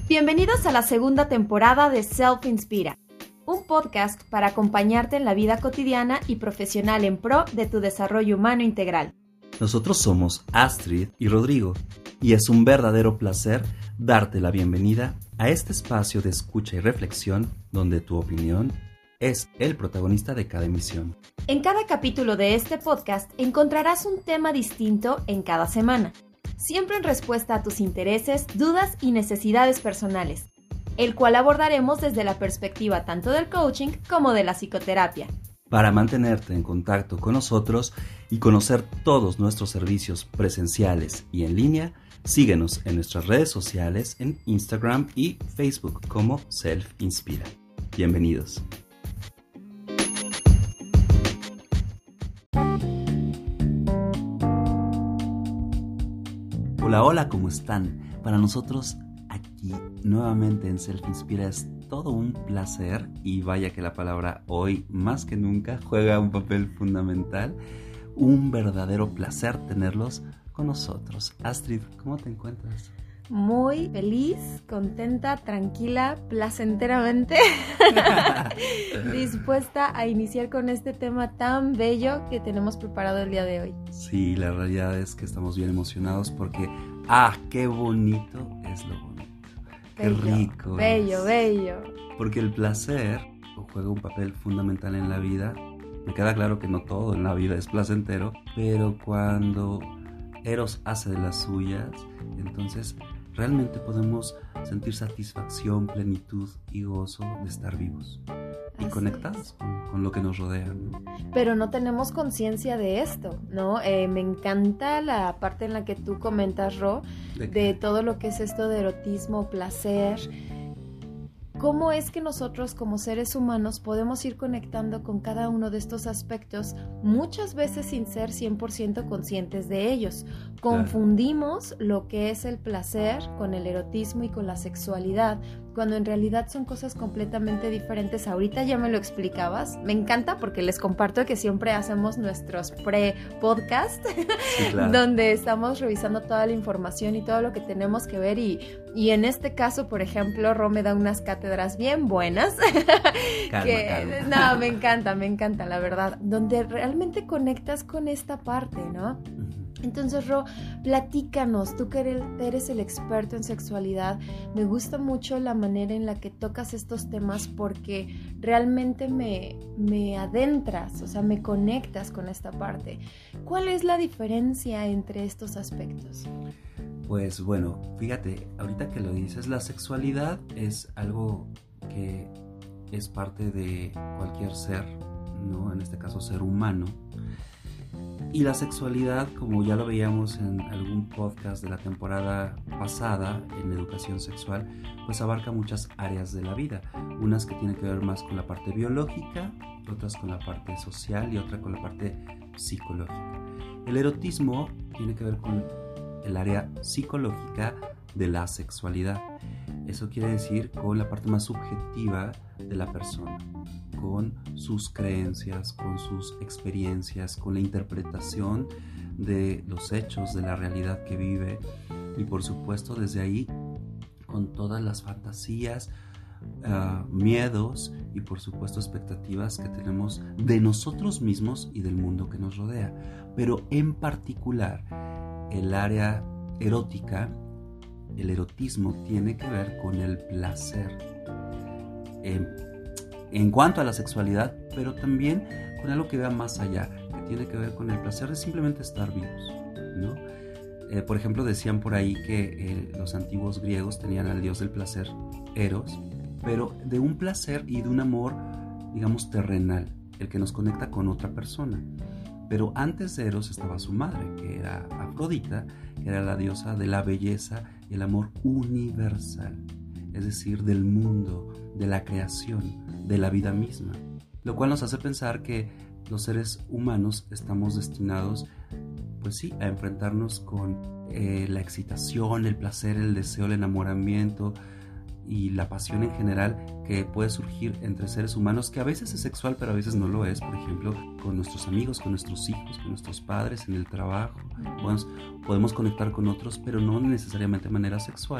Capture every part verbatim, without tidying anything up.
Bienvenidos a la segunda temporada de Self Inspira, un podcast para acompañarte en la vida cotidiana y profesional en pro de tu desarrollo humano integral. Nosotros somos Astrid y Rodrigo, y es un verdadero placer darte la bienvenida a este espacio de escucha y reflexión donde tu opinión es el protagonista de cada emisión. En cada capítulo de este podcast encontrarás un tema distinto en cada semana, siempre en respuesta a tus intereses, dudas y necesidades personales, el cual abordaremos desde la perspectiva tanto del coaching como de la psicoterapia. Para mantenerte en contacto con nosotros y conocer todos nuestros servicios presenciales y en línea, síguenos en nuestras redes sociales en Instagram y Facebook como Self Inspira. Bienvenidos. Hola, hola, ¿cómo están? Para nosotros aquí nuevamente en Self Inspira es todo un placer y vaya que la palabra hoy más que nunca juega un papel fundamental. Un verdadero placer tenerlos con nosotros. Astrid, ¿cómo te encuentras? Muy feliz, contenta, tranquila, placenteramente dispuesta a iniciar con este tema tan bello que tenemos preparado el día de hoy. Sí, la realidad es que estamos bien emocionados porque ¡ah, qué bonito es lo bonito! ¡Qué Bello, rico! Bello, es. bello. Porque el placer juega un papel fundamental en la vida. Me queda claro que no todo en la vida es placentero, pero cuando Eros hace de las suyas, entonces realmente podemos sentir satisfacción, plenitud y gozo de estar vivos y Así conectados con, con lo que nos rodea, ¿no? Pero no tenemos conciencia de esto, ¿no? Eh, me encanta la parte en la que tú comentas, Ro, ¿De de todo lo que es esto de erotismo, placer. ¿Cómo es que nosotros como seres humanos podemos ir conectando con cada uno de estos aspectos, muchas veces sin ser cien por ciento conscientes de ellos? Confundimos lo que es el placer con el erotismo y con la sexualidad, cuando en realidad son cosas completamente diferentes. Ahorita ya me lo explicabas. Me encanta porque les comparto que siempre hacemos nuestros pre-podcast, sí, claro, donde estamos revisando toda la información y todo lo que tenemos que ver. Y, y en este caso, por ejemplo, Ro me da unas cátedras bien buenas. Calma, que, calma. No, me encanta, me encanta, la verdad. Donde realmente conectas con esta parte, ¿no? Entonces, Ro, platícanos, tú que eres el experto en sexualidad, me gusta mucho la manera en la que tocas estos temas porque realmente me, me adentras, o sea, me conectas con esta parte. ¿Cuál es la diferencia entre estos aspectos? Pues bueno, fíjate, ahorita que lo dices, la sexualidad es algo que es parte de cualquier ser, ¿no? En este caso, ser humano. Y la sexualidad, como ya lo veíamos en algún podcast de la temporada pasada en educación sexual, pues abarca muchas áreas de la vida. Unas que tienen que ver más con la parte biológica, otras con la parte social y otra con la parte psicológica. El erotismo tiene que ver con el área psicológica de la sexualidad. Eso quiere decir con la parte más subjetiva de la persona, con sus creencias, con sus experiencias, con la interpretación de los hechos, de la realidad que vive y por supuesto desde ahí con todas las fantasías, uh, miedos y por supuesto expectativas que tenemos de nosotros mismos y del mundo que nos rodea. Pero en particular el área erótica, el erotismo tiene que ver con el placer. Eh, en cuanto a la sexualidad, pero también con algo que va más allá, que tiene que ver con el placer de simplemente estar vivos, ¿no? Eh, por ejemplo, decían por ahí que eh, los antiguos griegos tenían al dios del placer, Eros, pero de un placer y de un amor, digamos, terrenal, el que nos conecta con otra persona. Pero antes de Eros estaba su madre, que era Afrodita, que era la diosa de la belleza y el amor universal, es decir, del mundo, de la creación, de la vida misma, lo cual nos hace pensar que los seres humanos estamos destinados, pues sí, a enfrentarnos con eh, la excitación, el placer, el deseo, el enamoramiento y la pasión en general que puede surgir entre seres humanos, que a veces es sexual pero a veces no lo es, por ejemplo, con nuestros amigos, con nuestros hijos, con nuestros padres, en el trabajo. Podemos, podemos conectar con otros, pero no necesariamente de manera sexual,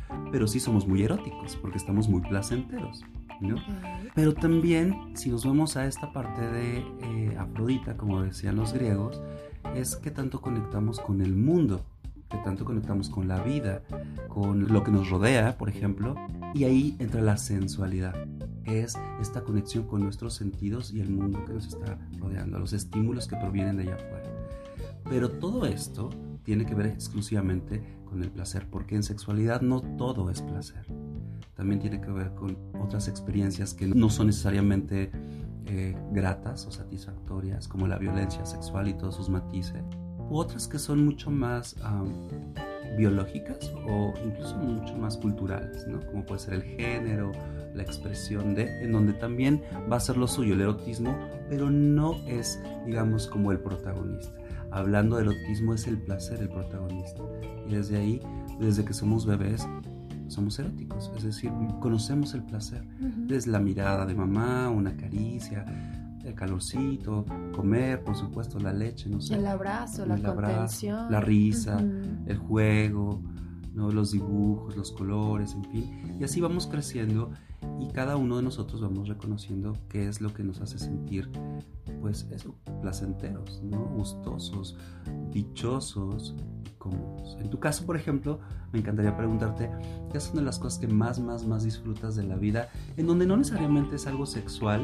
pero sí somos muy eróticos porque estamos muy placenteros, ¿no? Pero también, si nos vamos a esta parte de eh, Afrodita, como decían los griegos, es que tanto conectamos con el mundo, que tanto conectamos con la vida, con lo que nos rodea, por ejemplo, y ahí entra la sensualidad, que es esta conexión con nuestros sentidos y el mundo que nos está rodeando, los estímulos que provienen de allá afuera. Pero todo esto tiene que ver exclusivamente con el placer, porque en sexualidad no todo es placer. También tiene que ver con otras experiencias que no son necesariamente eh, gratas o satisfactorias, como la violencia sexual y todos sus matices, u otras que son mucho más um, biológicas o incluso mucho más culturales, ¿no? Como puede ser el género, la expresión de, en donde también va a ser lo suyo, el erotismo, pero no es, digamos, como el protagonista. Hablando de erotismo, es el placer el protagonista. Y desde ahí, desde que somos bebés, somos eróticos. Es decir, conocemos el placer. Uh-huh. Desde la mirada de mamá, una caricia, el calorcito, comer, por supuesto, la leche, no sé. El abrazo, el la abrazo, contención. La risa, uh-huh. el juego, ¿no? Los dibujos, los colores, en fin. Y así vamos creciendo y cada uno de nosotros vamos reconociendo qué es lo que nos hace sentir, pues eso, placenteros, ¿no? Gustosos, dichosos y cómodos. En tu caso, por ejemplo, me encantaría preguntarte, ¿qué son de las cosas que más, más, más disfrutas de la vida, en donde no necesariamente es algo sexual,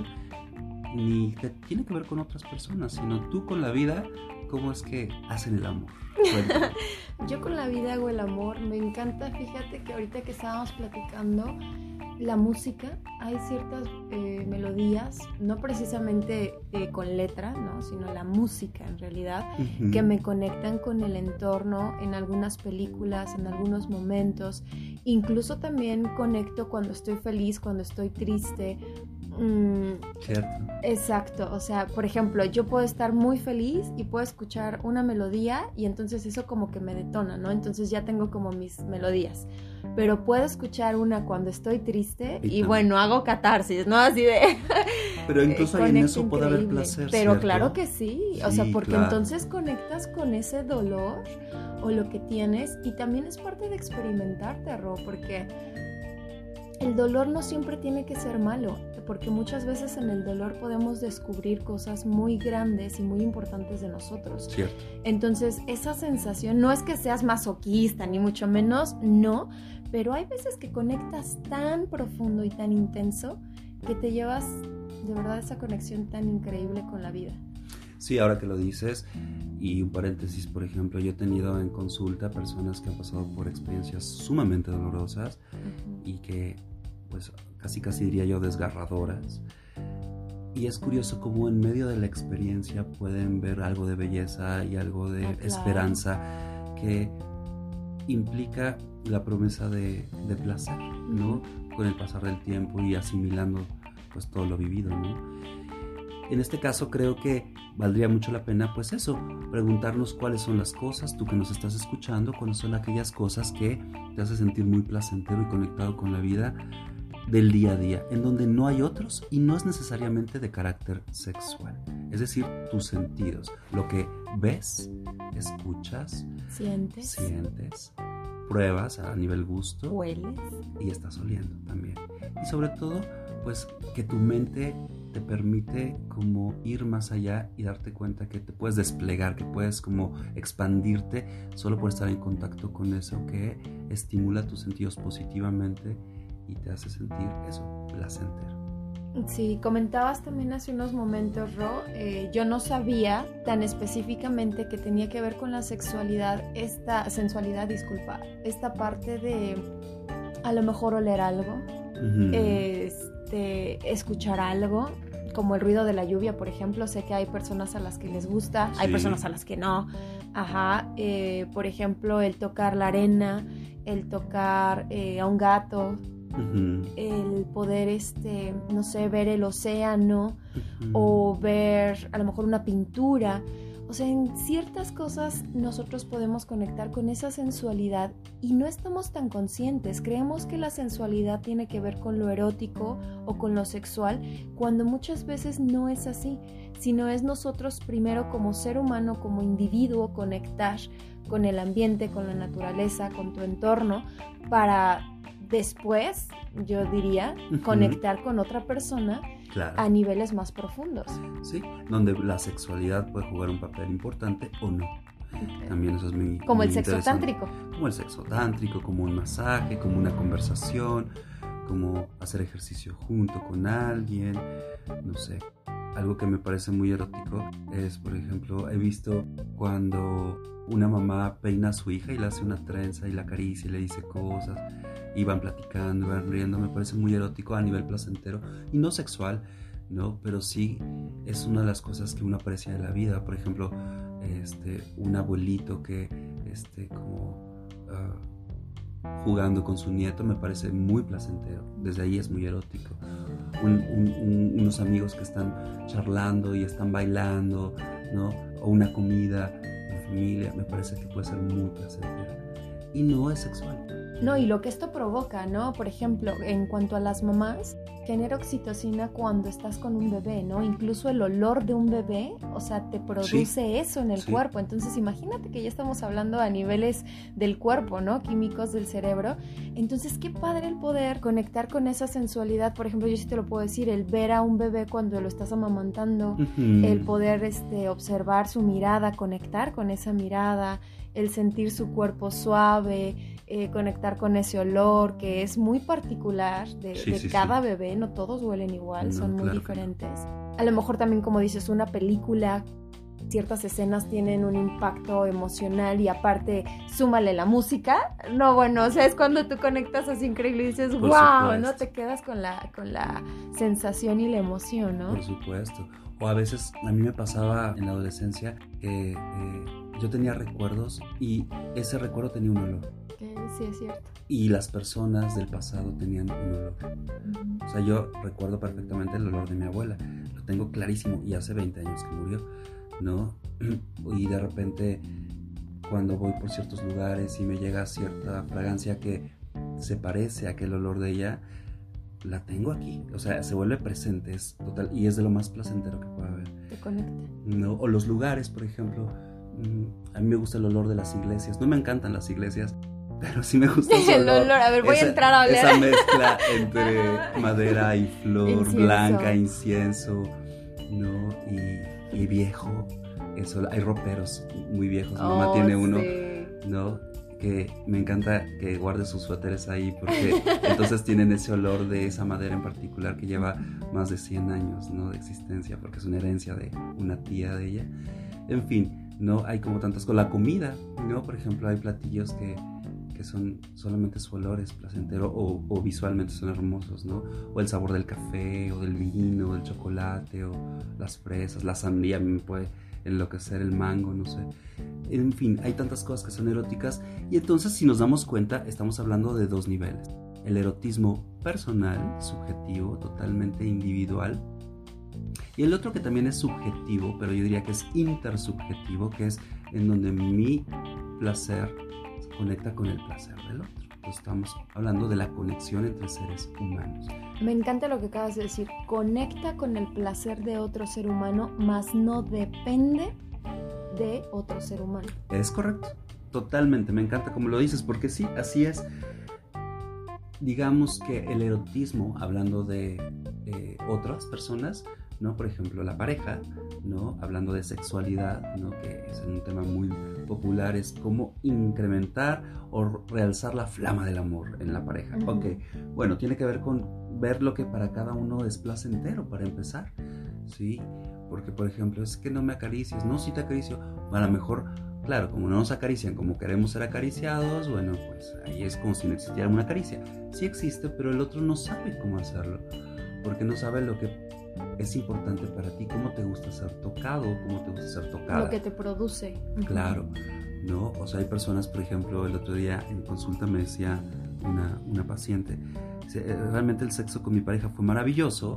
ni que tiene que ver con otras personas, sino tú con la vida, cómo es que hacen el amor? Cuéntame. Yo con la vida hago el amor, me encanta, fíjate que ahorita que estábamos platicando, la música, hay ciertas eh, melodías, no precisamente eh, con letra, ¿no? Sino la música en realidad, uh-huh. que me conectan con el entorno en algunas películas, en algunos momentos, incluso también conecto cuando estoy feliz, cuando estoy triste. Mm, Cierto. Exacto, o sea, por ejemplo, yo puedo estar muy feliz y puedo escuchar una melodía y entonces eso como que me detona, ¿no? Entonces ya tengo como mis melodías, pero puedo escuchar una cuando estoy triste y, y bueno, hago catarsis, ¿no? Así de... Pero incluso ahí en eso puede haber placer, pero ¿cierto? Claro que sí, sí o sea, porque claro. entonces conectas con ese dolor o lo que tienes y también es parte de experimentarte, Ro, porque el dolor no siempre tiene que ser malo, porque muchas veces en el dolor podemos descubrir cosas muy grandes y muy importantes de nosotros. Cierto. Entonces, esa sensación, no es que seas masoquista, ni mucho menos, no, pero hay veces que conectas tan profundo y tan intenso que te llevas de verdad esa conexión tan increíble con la vida. Sí, ahora que lo dices, y un paréntesis, por ejemplo, yo he tenido en consulta personas que han pasado por experiencias sumamente dolorosas uh-huh. y que, pues, casi casi diría yo desgarradoras. Y es curioso cómo en medio de la experiencia pueden ver algo de belleza y algo de ah, claro. esperanza que implica la promesa de, de placer, ¿no? Uh-huh. Con el pasar del tiempo y asimilando pues todo lo vivido, ¿no? En este caso creo que valdría mucho la pena, pues eso, preguntarnos cuáles son las cosas, tú que nos estás escuchando, cuáles son aquellas cosas que te hacen sentir muy placentero y conectado con la vida del día a día, en donde no hay otros y no es necesariamente de carácter sexual. Es decir, tus sentidos, lo que ves, escuchas, sientes, sientes, pruebas a nivel gusto, hueles y estás oliendo también. Y sobre todo, pues que tu mente te permite como ir más allá y darte cuenta que te puedes desplegar, que puedes como expandirte solo por estar en contacto con eso que estimula tus sentidos positivamente y te hace sentir eso, placentero. Sí, comentabas también hace unos momentos, Ro, eh, yo no sabía tan específicamente que tenía que ver con la sexualidad, esta sensualidad, disculpa, esta parte de a lo mejor oler algo, uh-huh. este, escuchar algo, como el ruido de la lluvia, por ejemplo. Sé que hay personas a las que les gusta, sí. hay personas a las que no, ajá, eh, por ejemplo, el tocar la arena, el tocar eh, a un gato, uh-huh. el poder, este, no sé, ver el océano uh-huh. o ver a lo mejor una pintura. O sea, en ciertas cosas nosotros podemos conectar con esa sensualidad y no estamos tan conscientes. Creemos que la sensualidad tiene que ver con lo erótico o con lo sexual, cuando muchas veces no es así, sino es nosotros primero como ser humano, como individuo, conectar con el ambiente, con la naturaleza, con tu entorno, para después, yo diría, uh-huh. conectar con otra persona. Claro. A niveles más profundos. Sí, donde la sexualidad puede jugar un papel importante o no. Okay. También eso es muy Como muy el sexo tántrico. Como el sexo tántrico, como un masaje, como una conversación, como hacer ejercicio junto con alguien, no sé. Algo que me parece muy erótico es, por ejemplo, he visto cuando una mamá peina a su hija y le hace una trenza y la acaricia y le dice cosas y van platicando, van riendo. Me parece muy erótico a nivel placentero y no sexual, ¿no? Pero sí es una de las cosas que uno aprecia de la vida. Por ejemplo, este, un abuelito que este, como uh, jugando con su nieto me parece muy placentero. Desde ahí es muy erótico. Un, un, un, unos amigos que están charlando y están bailando, ¿no? O una comida en familia, me parece que puede ser muy placentera y no es sexual. No, y lo que esto provoca, ¿no? Por ejemplo, en cuanto a las mamás, genera oxitocina cuando estás con un bebé, ¿no? Incluso el olor de un bebé, o sea, te produce sí, eso en el sí. cuerpo. Entonces, imagínate que ya estamos hablando a niveles del cuerpo, ¿no? Químicos del cerebro. Entonces, qué padre el poder conectar con esa sensualidad. Por ejemplo, yo sí te lo puedo decir, el ver a un bebé cuando lo estás amamantando, uh-huh. el poder este, observar su mirada, conectar con esa mirada, el sentir su cuerpo suave, eh, conectar con ese olor que es muy particular de, sí, de sí, cada sí. bebé, no todos huelen igual, no, son muy claro diferentes. A lo mejor también, como dices, una película, ciertas escenas tienen un impacto emocional y aparte súmale la música, no, bueno, o sea, es cuando tú conectas así increíble y dices, wow, supuesto. ¿no? Te quedas con la, con la sensación y la emoción, ¿no? Por supuesto. O a veces, a mí me pasaba en la adolescencia que eh, yo tenía recuerdos y ese recuerdo tenía un olor. Okay, sí, es cierto. Y las personas del pasado tenían un olor. Uh-huh. O sea, yo recuerdo perfectamente el olor de mi abuela. Lo tengo clarísimo y hace veinte años que murió, ¿no? Y de repente, cuando voy por ciertos lugares y me llega cierta fragancia que se parece a aquel olor de ella, la tengo aquí, o sea, se vuelve presente, es total, y es de lo más placentero que pueda haber. Te conecta. ¿No? O los lugares, por ejemplo, a mí me gusta el olor de las iglesias, no me encantan las iglesias, pero sí me gusta ese olor. El olor, a ver, voy esa, a entrar a oler. Esa mezcla entre madera y flor incienso. Blanca, incienso, ¿no? Y, y viejo, eso, hay roperos muy viejos, mi oh, mamá tiene uno, sí. ¿no? Que me encanta que guarde sus suéteres ahí porque entonces tienen ese olor de esa madera en particular que lleva más de cien años, ¿no? De existencia, porque es una herencia de una tía de ella. En fin, no hay como tantas cosas. La comida, ¿no? Por ejemplo, hay platillos que, que son solamente su olor es placentero o, o visualmente son hermosos, ¿no? O el sabor del café o del vino, del chocolate o las fresas, la sandía me puede enloquecer, el mango, no sé. En fin, hay tantas cosas que son eróticas y entonces si nos damos cuenta estamos hablando de dos niveles. El erotismo personal, subjetivo, totalmente individual, y el otro que también es subjetivo, pero yo diría que es intersubjetivo, que es en donde mi placer se conecta con el placer del otro. Entonces estamos hablando de la conexión entre seres humanos. Me encanta lo que acabas de decir, conecta con el placer de otro ser humano, mas no depende de otro ser humano. Es correcto, totalmente, me encanta como lo dices, porque sí, así es. Digamos que el erotismo, hablando de eh, otras personas, ¿no? Por ejemplo, la pareja, ¿no? Hablando de sexualidad, ¿no? Que es un tema muy popular, es cómo incrementar o realzar la flama del amor en la pareja. Uh-huh. Ok, bueno, tiene que ver con ver lo que para cada uno es placentero, para empezar, ¿sí? Porque, por ejemplo, es que no me acaricias, no, si te acaricio, a lo mejor, claro, como no nos acarician como queremos ser acariciados, bueno, pues ahí es como si no existiera una caricia. Sí existe, pero el otro no sabe cómo hacerlo, porque no sabe lo que es importante para ti, cómo te gusta ser tocado, cómo te gusta ser tocada. Lo que te produce. Claro, ¿no? O sea, hay personas, por ejemplo, el otro día en consulta me decía una, una paciente, realmente el sexo con mi pareja fue maravilloso,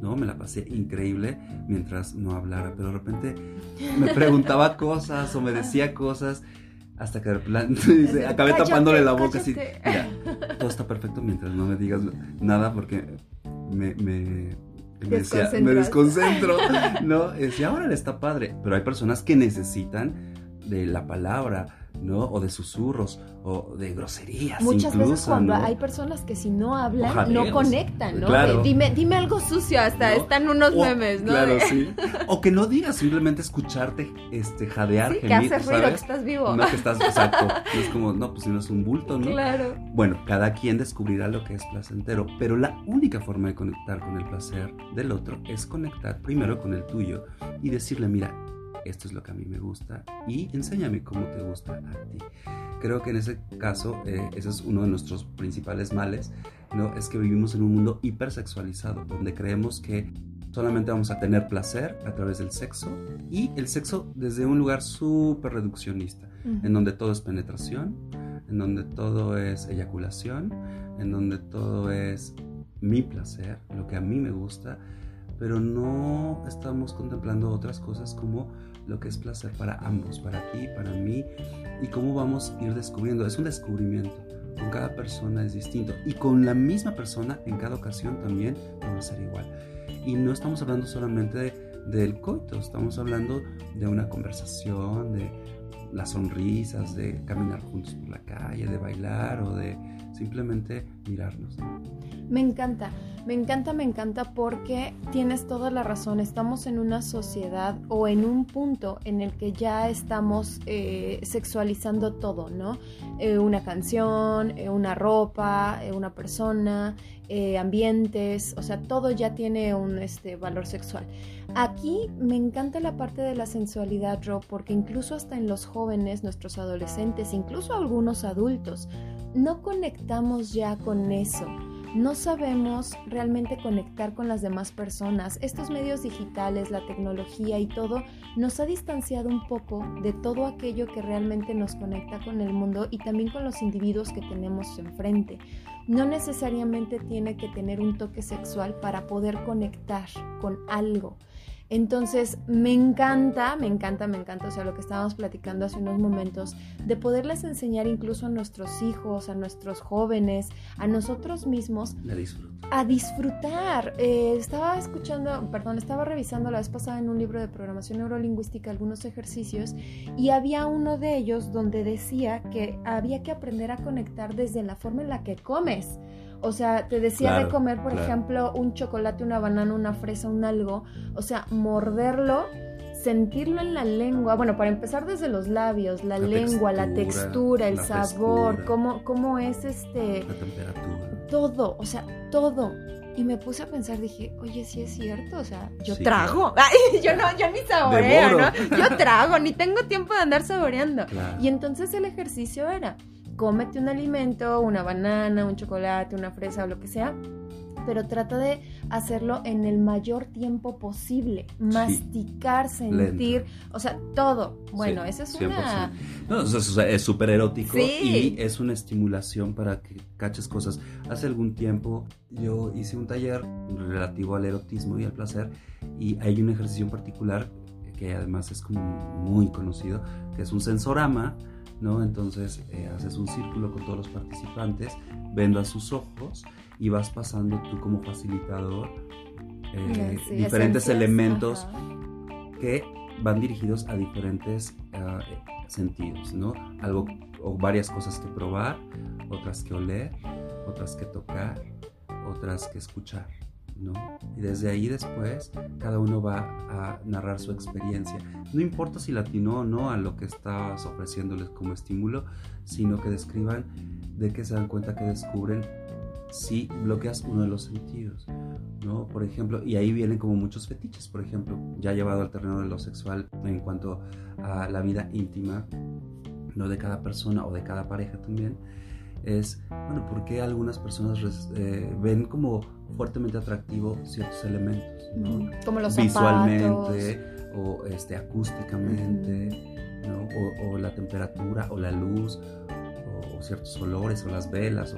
¿no? Me la pasé increíble mientras no hablara, pero de repente me preguntaba cosas o me decía cosas hasta que de repente dice, acabé cállate, tapándole la boca cállate. Así, mira, todo está perfecto mientras no me digas nada porque me... me Me, decía, me desconcentro, ¿no? Decía, ahora está padre. Pero hay personas que necesitan de la palabra, ¿no? O de susurros, o de groserías. Muchas incluso, veces cuando ¿no? hay personas que si no hablan, Ojaderos. no conectan, ¿no? Claro. De, dime, dime algo sucio, hasta ¿no? Están unos o, memes, ¿no? Claro, sí. O que no digas, simplemente escucharte este, jadear, sí, gemir, que haces ruido, ¿sabes? que estás vivo. No que estás, exacto. No es como, no, pues si no es un bulto, ¿no? Claro. Bueno, cada quien descubrirá lo que es placentero, pero la única forma de conectar con el placer del otro es conectar primero con el tuyo y decirle, mira, esto es lo que a mí me gusta y enséñame cómo te gusta a ti. Creo que en ese caso, eh, ese es uno de nuestros principales males, ¿no? Es que vivimos en un mundo hipersexualizado, donde creemos que solamente vamos a tener placer a través del sexo y el sexo desde un lugar súper reduccionista, uh-huh. en donde todo es penetración, en donde todo es eyaculación, en donde todo es mi placer, lo que a mí me gusta, pero no estamos contemplando otras cosas como lo que es placer para ambos, para ti, para mí, y cómo vamos a ir descubriendo. Es un descubrimiento, con cada persona es distinto, y con la misma persona en cada ocasión también va a ser igual. Y no estamos hablando solamente de, del coito, estamos hablando de una conversación, de las sonrisas, de caminar juntos por la calle, de bailar o de simplemente mirarnos. Me encanta, me encanta, me encanta porque tienes toda la razón. Estamos en una sociedad o en un punto en el que ya estamos eh, sexualizando todo, ¿no? Eh, una canción, eh, una ropa, eh, una persona, eh, ambientes, o sea, todo ya tiene un este, valor sexual. Aquí me encanta la parte de la sensualidad, Ro, porque incluso hasta en los jóvenes, nuestros adolescentes, incluso algunos adultos, no conectamos ya con eso. No sabemos realmente conectar con las demás personas. Estos medios digitales, la tecnología y todo nos ha distanciado un poco de todo aquello que realmente nos conecta con el mundo y también con los individuos que tenemos enfrente. No necesariamente tiene que tener un toque sexual para poder conectar con algo. Entonces, me encanta, me encanta, me encanta, o sea, lo que estábamos platicando hace unos momentos, de poderles enseñar incluso a nuestros hijos, a nuestros jóvenes, a nosotros mismos, a disfrutar. A disfrutar. Eh, estaba escuchando, perdón, estaba revisando la vez pasada en un libro de programación neurolingüística algunos ejercicios y había uno de ellos donde decía que había que aprender a conectar desde la forma en la que comes. O sea, te decía claro, de comer, por claro. ejemplo, un chocolate, una banana, una fresa, un algo. O sea, morderlo, sentirlo en la lengua. Bueno, para empezar desde los labios, la, la lengua, textura, la textura, el sabor, frescura, cómo, cómo es este... La temperatura. Todo, o sea, todo. Y me puse a pensar, dije, oye, sí es cierto, o sea, yo sí, trago. Claro. Ay, yo no, yo ni saboreo, ¿no? Yo trago, ni tengo tiempo de andar saboreando. Claro. Y entonces el ejercicio era... Cómete un alimento, una banana, un chocolate, una fresa o lo que sea, pero trata de hacerlo en el mayor tiempo posible, masticar, sí. sentir, lento. O sea, todo. Bueno, sí, esa es cien por ciento. Una... No, o sea, es súper erótico sí. y es una estimulación para que caches cosas. Hace algún tiempo yo hice un taller relativo al erotismo y al placer y hay un ejercicio en particular que además es como muy conocido, que es un sensorama, ¿no? Entonces eh, haces un círculo con todos los participantes, vendas sus ojos y vas pasando tú como facilitador eh, sí, diferentes elementos ajá. que van dirigidos a diferentes uh, sentidos, ¿no? Algo o varias cosas que probar, otras que oler, otras que tocar, otras que escuchar, ¿no? Y desde ahí después cada uno va a narrar su experiencia. No importa si latinó o no a lo que estabas ofreciéndoles como estímulo, sino que describan de qué se dan cuenta que descubren si bloqueas uno de los sentidos, ¿no? Por ejemplo, y ahí vienen como muchos fetiches, por ejemplo, ya llevado al terreno de lo sexual en cuanto a la vida íntima, ¿no? De cada persona o de cada pareja también. Es, bueno, ¿por qué algunas personas eh, ven como fuertemente atractivo ciertos elementos, ¿no? Como los visualmente zapatos. o este, acústicamente, uh-huh. ¿no? o, o la temperatura o la luz o, o ciertos olores o las velas o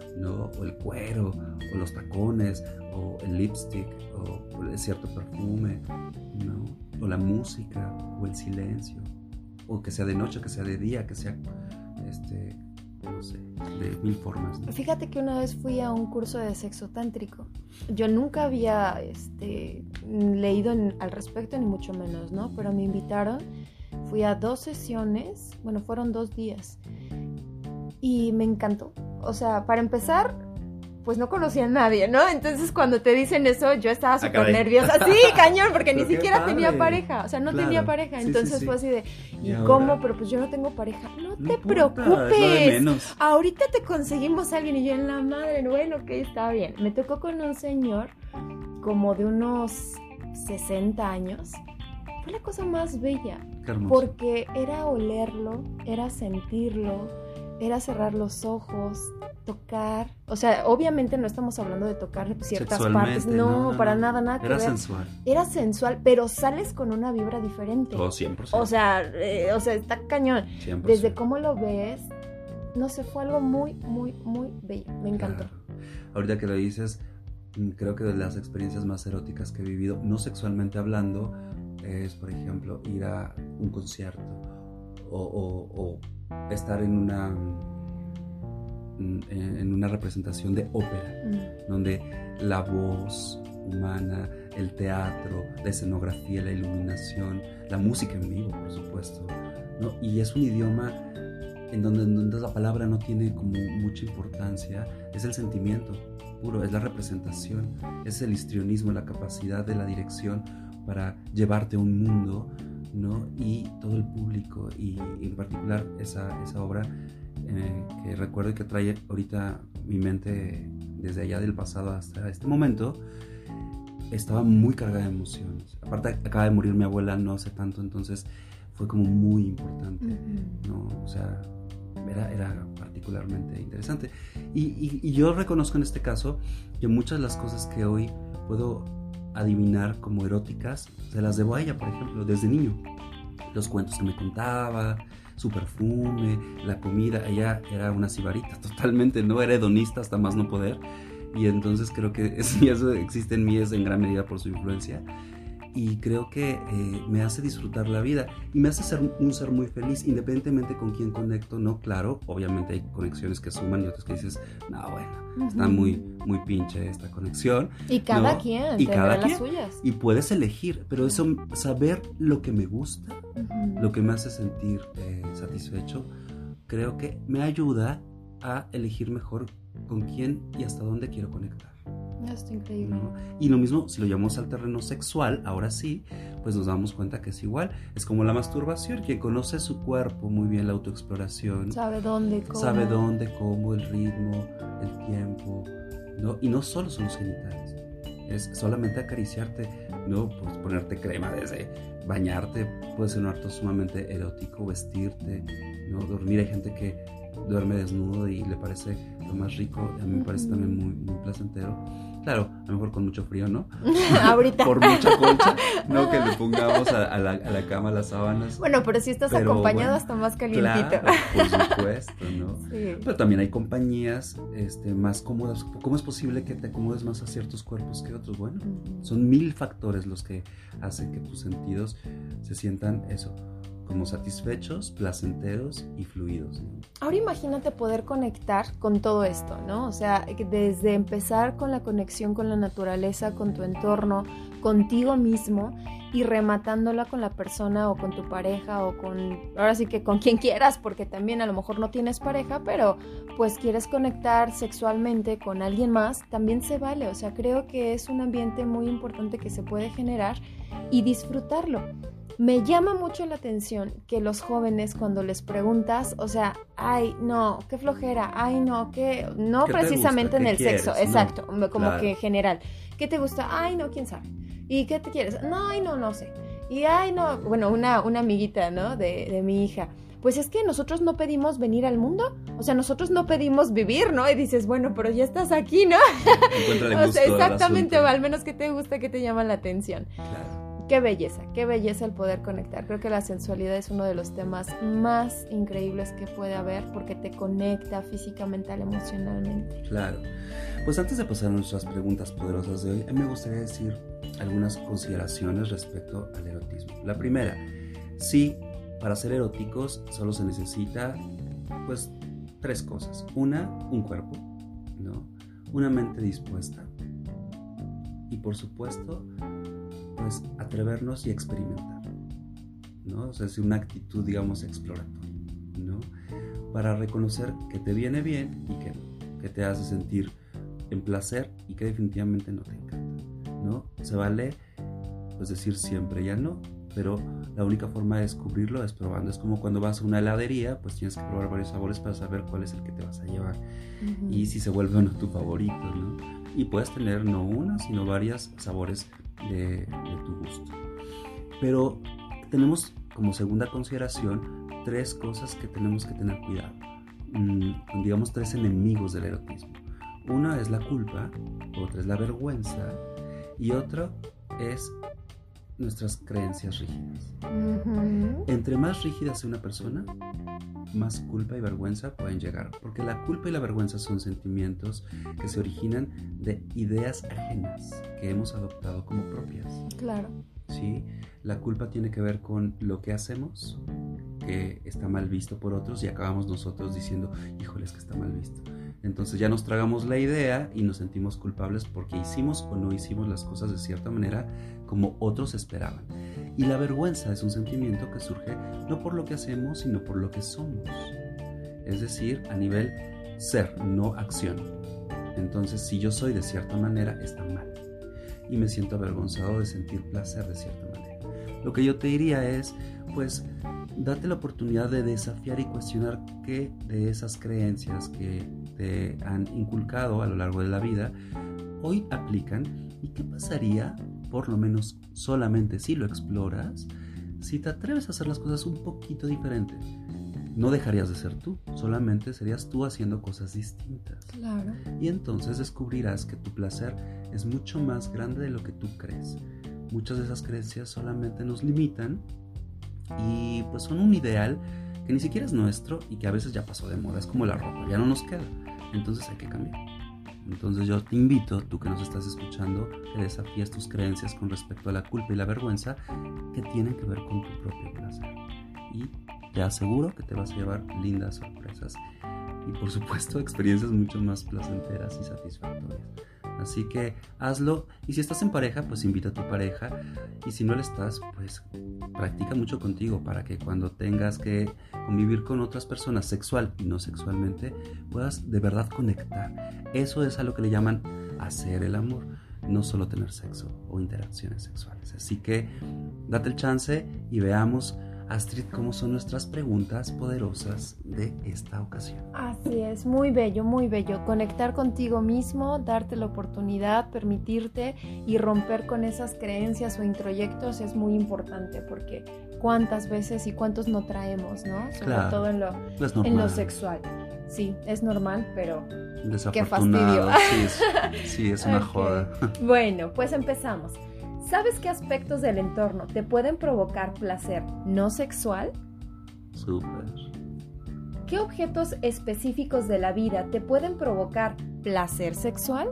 ¿no? O el cuero, o los tacones, o el lipstick, o cierto perfume, ¿no? O la música, o el silencio, o que sea de noche, que sea de día, que sea, este, no sé, de mil formas, ¿no? Fíjate que una vez fui a un curso de sexo tántrico. Yo nunca había este, leído en, al respecto, ni mucho menos, ¿no? Pero me invitaron, fui a dos sesiones, bueno, fueron dos días, y me encantó. O sea, para empezar, pues no conocía a nadie, ¿no? Entonces cuando te dicen eso, yo estaba súper ah, nerviosa. Sí, cañón, porque ni siquiera padre. tenía pareja. O sea, no claro. tenía pareja. Entonces sí, sí, sí. fue así de, ¿y, ¿Y cómo? Pero pues yo no tengo pareja. No, no te importa, preocupes. Ahorita te conseguimos a alguien. Y yo en la madre, bueno, ok, está bien. Me tocó con un señor como de unos sesenta años. Fue la cosa más bella. Qué hermoso. Porque era olerlo, era sentirlo, era cerrar los ojos, tocar, o sea, obviamente no estamos hablando de tocar ciertas partes, no, no, no para no. nada, nada que Era ver. sensual. Era sensual, pero sales con una vibra diferente. Todo cien por ciento. O sea, eh, o sea, está cañón. cien por ciento. Desde cómo lo ves, no sé, fue algo muy, muy, muy bello, me encantó. Claro. Ahorita que lo dices, creo que de las experiencias más eróticas que he vivido, no sexualmente hablando, es, por ejemplo, ir a un concierto o, o, o estar en una en una representación de ópera, mm. donde la voz humana, el teatro, la escenografía, la iluminación, la música en vivo, por supuesto, ¿no? Y es un idioma en donde, en donde la palabra no tiene como mucha importancia, es el sentimiento puro, es la representación, es el histrionismo, la capacidad de la dirección para llevarte a un mundo, ¿no? Y todo el público, y en particular esa, esa obra eh, que recuerdo y que trae ahorita mi mente desde allá del pasado hasta este momento, estaba muy cargada de emociones. Aparte acaba de morir mi abuela no hace tanto, entonces fue como muy importante, uh-huh. ¿no? O sea, era, era particularmente interesante. Y, y, y yo reconozco en este caso que muchas de las cosas que hoy puedo adivinar como eróticas, se las debo a ella, por ejemplo, desde niño. Los cuentos que me contaba, su perfume, la comida. Ella era una sibarita totalmente, no era hedonista hasta más no poder. Y entonces creo que si eso existe en mí es en gran medida por su influencia. Y creo que eh, me hace disfrutar la vida y me hace ser un ser muy feliz, independientemente con quién conecto, ¿no? Claro, obviamente hay conexiones que suman y otras que dices, no, bueno, uh-huh. está muy, muy pinche esta conexión. Y cada ¿no? quien, y cada quien, las suyas. Y puedes elegir, pero eso, saber lo que me gusta, uh-huh. lo que me hace sentir eh, satisfecho, creo que me ayuda a elegir mejor con quién y hasta dónde quiero conectar. Está increíble. ¿No? Y lo mismo, si lo llevamos al terreno sexual, ahora sí, pues nos damos cuenta que es igual. Es como la masturbación, quien conoce su cuerpo muy bien, la autoexploración. Sabe dónde, cómo. Sabe dónde, cómo, el ritmo, el tiempo, ¿no? Y no solo son los genitales, es solamente acariciarte, ¿no? Pues ponerte crema desde bañarte, puede ser un acto sumamente erótico, vestirte, ¿no? Dormir, hay gente que duerme desnudo y le parece lo más rico, a mí me parece uh-huh. también muy, muy placentero. Claro, a lo mejor con mucho frío, ¿no? Ahorita. Por mucha colcha, ¿no? Que le pongamos a, a, la, a la cama las sábanas. Bueno, pero si estás pero, acompañado, bueno, hasta más calientito. Claro, por supuesto, ¿no? Sí. Pero también hay compañías este, más cómodas. ¿Cómo es posible que te acomodes más a ciertos cuerpos que a otros? Bueno, uh-huh. son mil factores los que hacen que tus sentidos se sientan eso, como satisfechos, placenteros y fluidos, ¿no? Ahora imagínate poder conectar con todo esto, ¿no? O sea, desde empezar con la conexión con la naturaleza, con tu entorno, contigo mismo y rematándola con la persona o con tu pareja o con, ahora sí que con quien quieras, porque también a lo mejor no tienes pareja, pero pues quieres conectar sexualmente con alguien más, también se vale. O sea, creo que es un ambiente muy importante que se puede generar y disfrutarlo. Me llama mucho la atención que los jóvenes cuando les preguntas, o sea, ay, no, qué flojera, ay, no, qué, no ¿Qué precisamente en el quieres? sexo, No, exacto, como claro. que en general. ¿Qué te gusta? Ay, no, quién sabe. ¿Y qué te quieres? No, ay, no, no sé. Y ay, no, bueno, una, una amiguita, ¿no? De, de mi hija. Pues es que nosotros no pedimos venir al mundo, o sea, nosotros no pedimos vivir, ¿no? Y dices, bueno, pero ya estás aquí, ¿no? Encuéntrale gusto o sea, exactamente, al o al menos que te gusta, que te llama la atención. Claro. qué belleza, qué belleza el poder conectar. Creo que la sensualidad es uno de los temas más increíbles que puede haber porque te conecta física, mental, emocionalmente. Claro. Pues antes de pasar a nuestras preguntas poderosas de hoy, a mí me gustaría decir algunas consideraciones respecto al erotismo. La primera, sí, para ser eróticos solo se necesita, pues, tres cosas. Una, un cuerpo, ¿no? Una mente dispuesta y, por supuesto, pues, atrevernos y experimentar, ¿no? O sea, es una actitud, digamos, exploratoria, ¿no? Para reconocer que te viene bien y que no, que te hace sentir en placer y que definitivamente no te encanta, ¿no? Se vale, pues, decir siempre ya no, pero la única forma de descubrirlo es probando. Es como cuando vas a una heladería, pues tienes que probar varios sabores para saber cuál es el que te vas a llevar, uh-huh. y si se vuelve o no tu favorito, ¿no? Y puedes tener no una, sino varios sabores de, de tu gusto. Pero tenemos como segunda consideración tres cosas que tenemos que tener cuidado, mm, digamos tres enemigos del erotismo. Una es la culpa, otra es la vergüenza y otra es nuestras creencias rígidas. Uh-huh. Entre más rígida sea una persona, más culpa y vergüenza pueden llegar, porque la culpa y la vergüenza son sentimientos que se originan de ideas ajenas que hemos adoptado como propias. Claro. ¿Sí? La culpa tiene que ver con lo que hacemos, que está mal visto por otros, y acabamos nosotros diciendo, híjole, es que está mal visto. Entonces ya nos tragamos la idea y nos sentimos culpables porque hicimos o no hicimos las cosas de cierta manera como otros esperaban. Y la vergüenza es un sentimiento que surge no por lo que hacemos, sino por lo que somos. Es decir, a nivel ser, no acción. Entonces, si yo soy de cierta manera, está mal. Y me siento avergonzado de sentir placer de cierta manera. Lo que yo te diría es, pues, date la oportunidad de desafiar y cuestionar qué de esas creencias que te han inculcado a lo largo de la vida hoy aplican, y qué pasaría, por lo menos solamente si lo exploras, si te atreves a hacer las cosas un poquito diferente. No dejarías de ser tú, solamente serías tú haciendo cosas distintas. Claro. Y entonces descubrirás que tu placer es mucho más grande de lo que tú crees. Muchas de esas creencias solamente nos limitan y pues son un ideal que ni siquiera es nuestro y que a veces ya pasó de moda. Es como la ropa, ya no nos queda. Entonces hay que cambiar. Entonces yo te invito, tú que nos estás escuchando, que desafíes tus creencias con respecto a la culpa y la vergüenza que tienen que ver con tu propio placer. Y te aseguro que te vas a llevar lindas sorpresas y, por supuesto, experiencias mucho más placenteras y satisfactorias. Así que hazlo, y si estás en pareja, pues invita a tu pareja, y si no lo estás, pues practica mucho contigo para que cuando tengas que convivir con otras personas sexual y no sexualmente, puedas de verdad conectar. Eso es a lo que le llaman hacer el amor, no solo tener sexo o interacciones sexuales. Así que date el chance y veamos, Astrid, cómo son nuestras preguntas poderosas de esta ocasión. Así es, muy bello, muy bello. Conectar contigo mismo, darte la oportunidad, permitirte y romper con esas creencias o introyectos es muy importante, porque cuántas veces y cuántos no traemos, ¿no? Sobre claro, todo en lo, en lo sexual. Sí, es normal, pero qué fastidio. Sí, es, sí, es una okay. joda. Bueno, pues empezamos. ¿Sabes qué aspectos del entorno te pueden provocar placer no sexual? Súper. ¿Qué objetos específicos de la vida te pueden provocar placer sexual?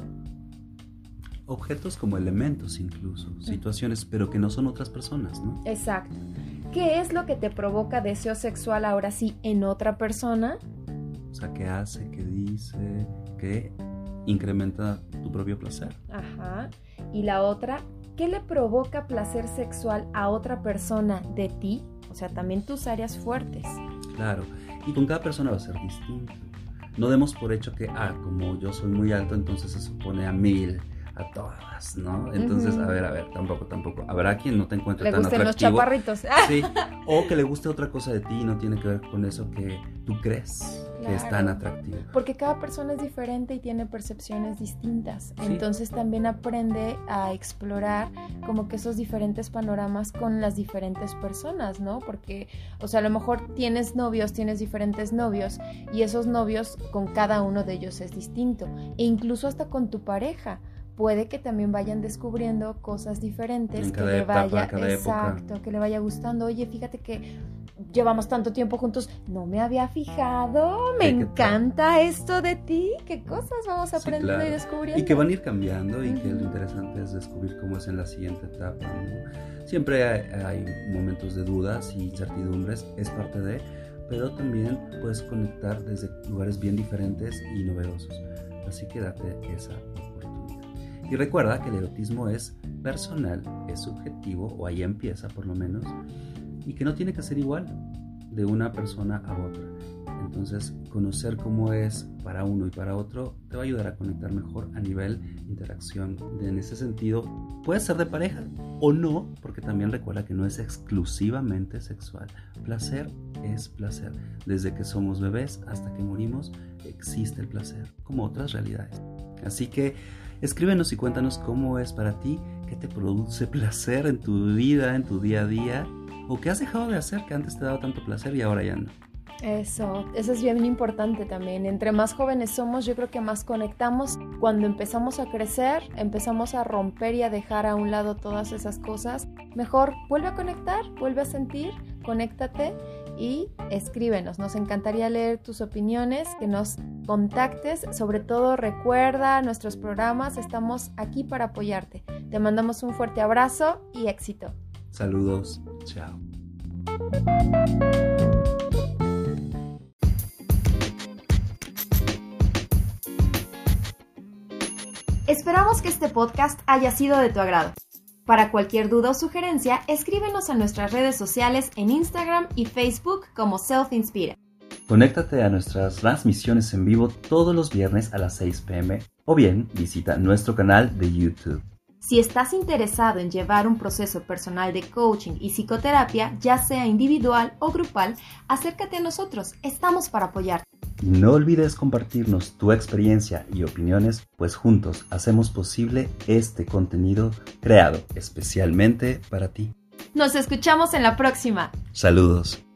Objetos como elementos incluso, situaciones, pero que no son otras personas, ¿no? Exacto. ¿Qué es lo que te provoca deseo sexual ahora sí en otra persona? O sea, ¿qué hace, qué dice, qué incrementa tu propio placer? Ajá. Y la otra, ¿qué le provoca placer sexual a otra persona de ti? O sea, también tus áreas fuertes. Claro, y con cada persona va a ser distinto. No demos por hecho que, ah, como yo soy muy alto, entonces se supone a mil, a todas, ¿no? Entonces, uh-huh. a ver, a ver, tampoco, tampoco. Habrá quien no te encuentre tan atractivo. Le gusten los chaparritos. Sí, o que le guste otra cosa de ti y no tiene que ver con eso que tú crees claro. que es tan atractivo. Porque cada persona es diferente y tiene percepciones distintas. Sí. Entonces también aprende a explorar como que esos diferentes panoramas con las diferentes personas, ¿no? Porque, o sea, a lo mejor tienes novios, tienes diferentes novios y esos novios con cada uno de ellos es distinto. E incluso hasta con tu pareja. puede que también vayan descubriendo cosas diferentes en que cada le etapa, vaya, cada exacto, época. que le vaya gustando. Oye, fíjate que llevamos tanto tiempo juntos, no me había fijado, me encanta esto de ti, qué cosas vamos aprendiendo, sí, claro, y descubriendo. Y que van a ir cambiando y uh-huh. que lo interesante es descubrir cómo es en la siguiente etapa, ¿no? Siempre hay, hay momentos de dudas y incertidumbres, es parte de, pero también puedes conectar desde lugares bien diferentes y novedosos. Así que date esa oportunidad. Y recuerda que el erotismo es personal, es subjetivo, o ahí empieza por lo menos, y que no tiene que ser igual de una persona a otra. Entonces, conocer cómo es para uno y para otro te va a ayudar a conectar mejor a nivel interacción. En ese sentido, puede ser de pareja o no, porque también recuerda que no es exclusivamente sexual. Placer es placer. Desde que somos bebés hasta que morimos, existe el placer, como otras realidades. Así que escríbenos y cuéntanos cómo es para ti, qué te produce placer en tu vida, en tu día a día, o qué has dejado de hacer que antes te daba tanto placer y ahora ya no. Eso, eso es bien importante también. Entre más jóvenes somos, yo creo que más conectamos. Cuando empezamos a crecer, empezamos a romper y a dejar a un lado todas esas cosas. Mejor vuelve a conectar, vuelve a sentir, conéctate y escríbenos. Nos encantaría leer tus opiniones, que nos contactes. Sobre todo, recuerda nuestros programas, estamos aquí para apoyarte. Te mandamos un fuerte abrazo y éxito. Saludos, chao. Esperamos que este podcast haya sido de tu agrado. Para cualquier duda o sugerencia, escríbenos a nuestras redes sociales en Instagram y Facebook como Self Inspira. Conéctate a nuestras transmisiones en vivo todos los viernes a las seis pm o bien visita nuestro canal de YouTube. Si estás interesado en llevar un proceso personal de coaching y psicoterapia, ya sea individual o grupal, acércate a nosotros, estamos para apoyarte. Y no olvides compartirnos tu experiencia y opiniones, pues juntos hacemos posible este contenido creado especialmente para ti. Nos escuchamos en la próxima. Saludos.